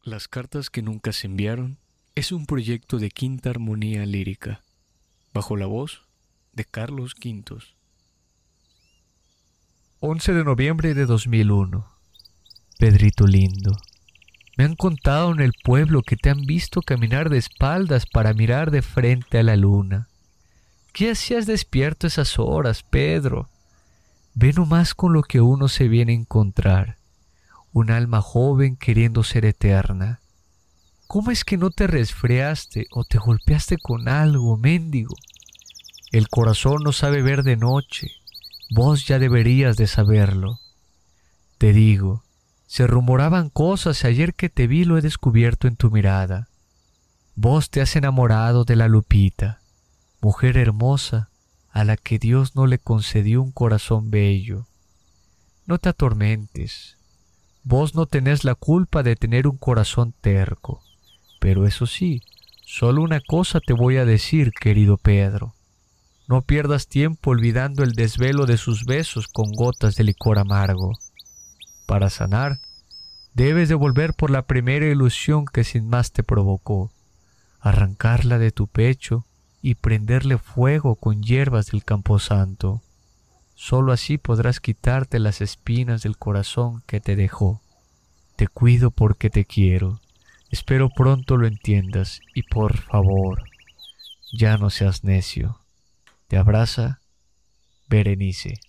Las cartas que nunca se enviaron es un proyecto de Quinta Armonía Lírica, bajo la voz de Carlos Quintos. 11 de noviembre de 2001. Pedrito lindo, me han contado en el pueblo que te han visto caminar de espaldas para mirar de frente a la luna. ¿Qué hacías despierto esas horas, Pedro? Ve nomás con lo que uno se viene a encontrar. Un alma joven queriendo ser eterna. ¿Cómo es que no te resfriaste o te golpeaste con algo, mendigo? El corazón no sabe ver de noche. Vos ya deberías de saberlo. Te digo, se rumoraban cosas y ayer que te vi lo he descubierto en tu mirada. Vos te has enamorado de la Lupita, mujer hermosa a la que Dios no le concedió un corazón bello. No te atormentes. Vos no tenés la culpa de tener un corazón terco. Pero eso sí, solo una cosa te voy a decir, querido Pedro. No pierdas tiempo olvidando el desvelo de sus besos con gotas de licor amargo. Para sanar, debes de volver por la primera ilusión que sin más te provocó, arrancarla de tu pecho y prenderle fuego con hierbas del camposanto. Solo así podrás quitarte las espinas del corazón que te dejó. Te cuido porque te quiero. Espero pronto lo entiendas y por favor, ya no seas necio. Te abraza Berenice.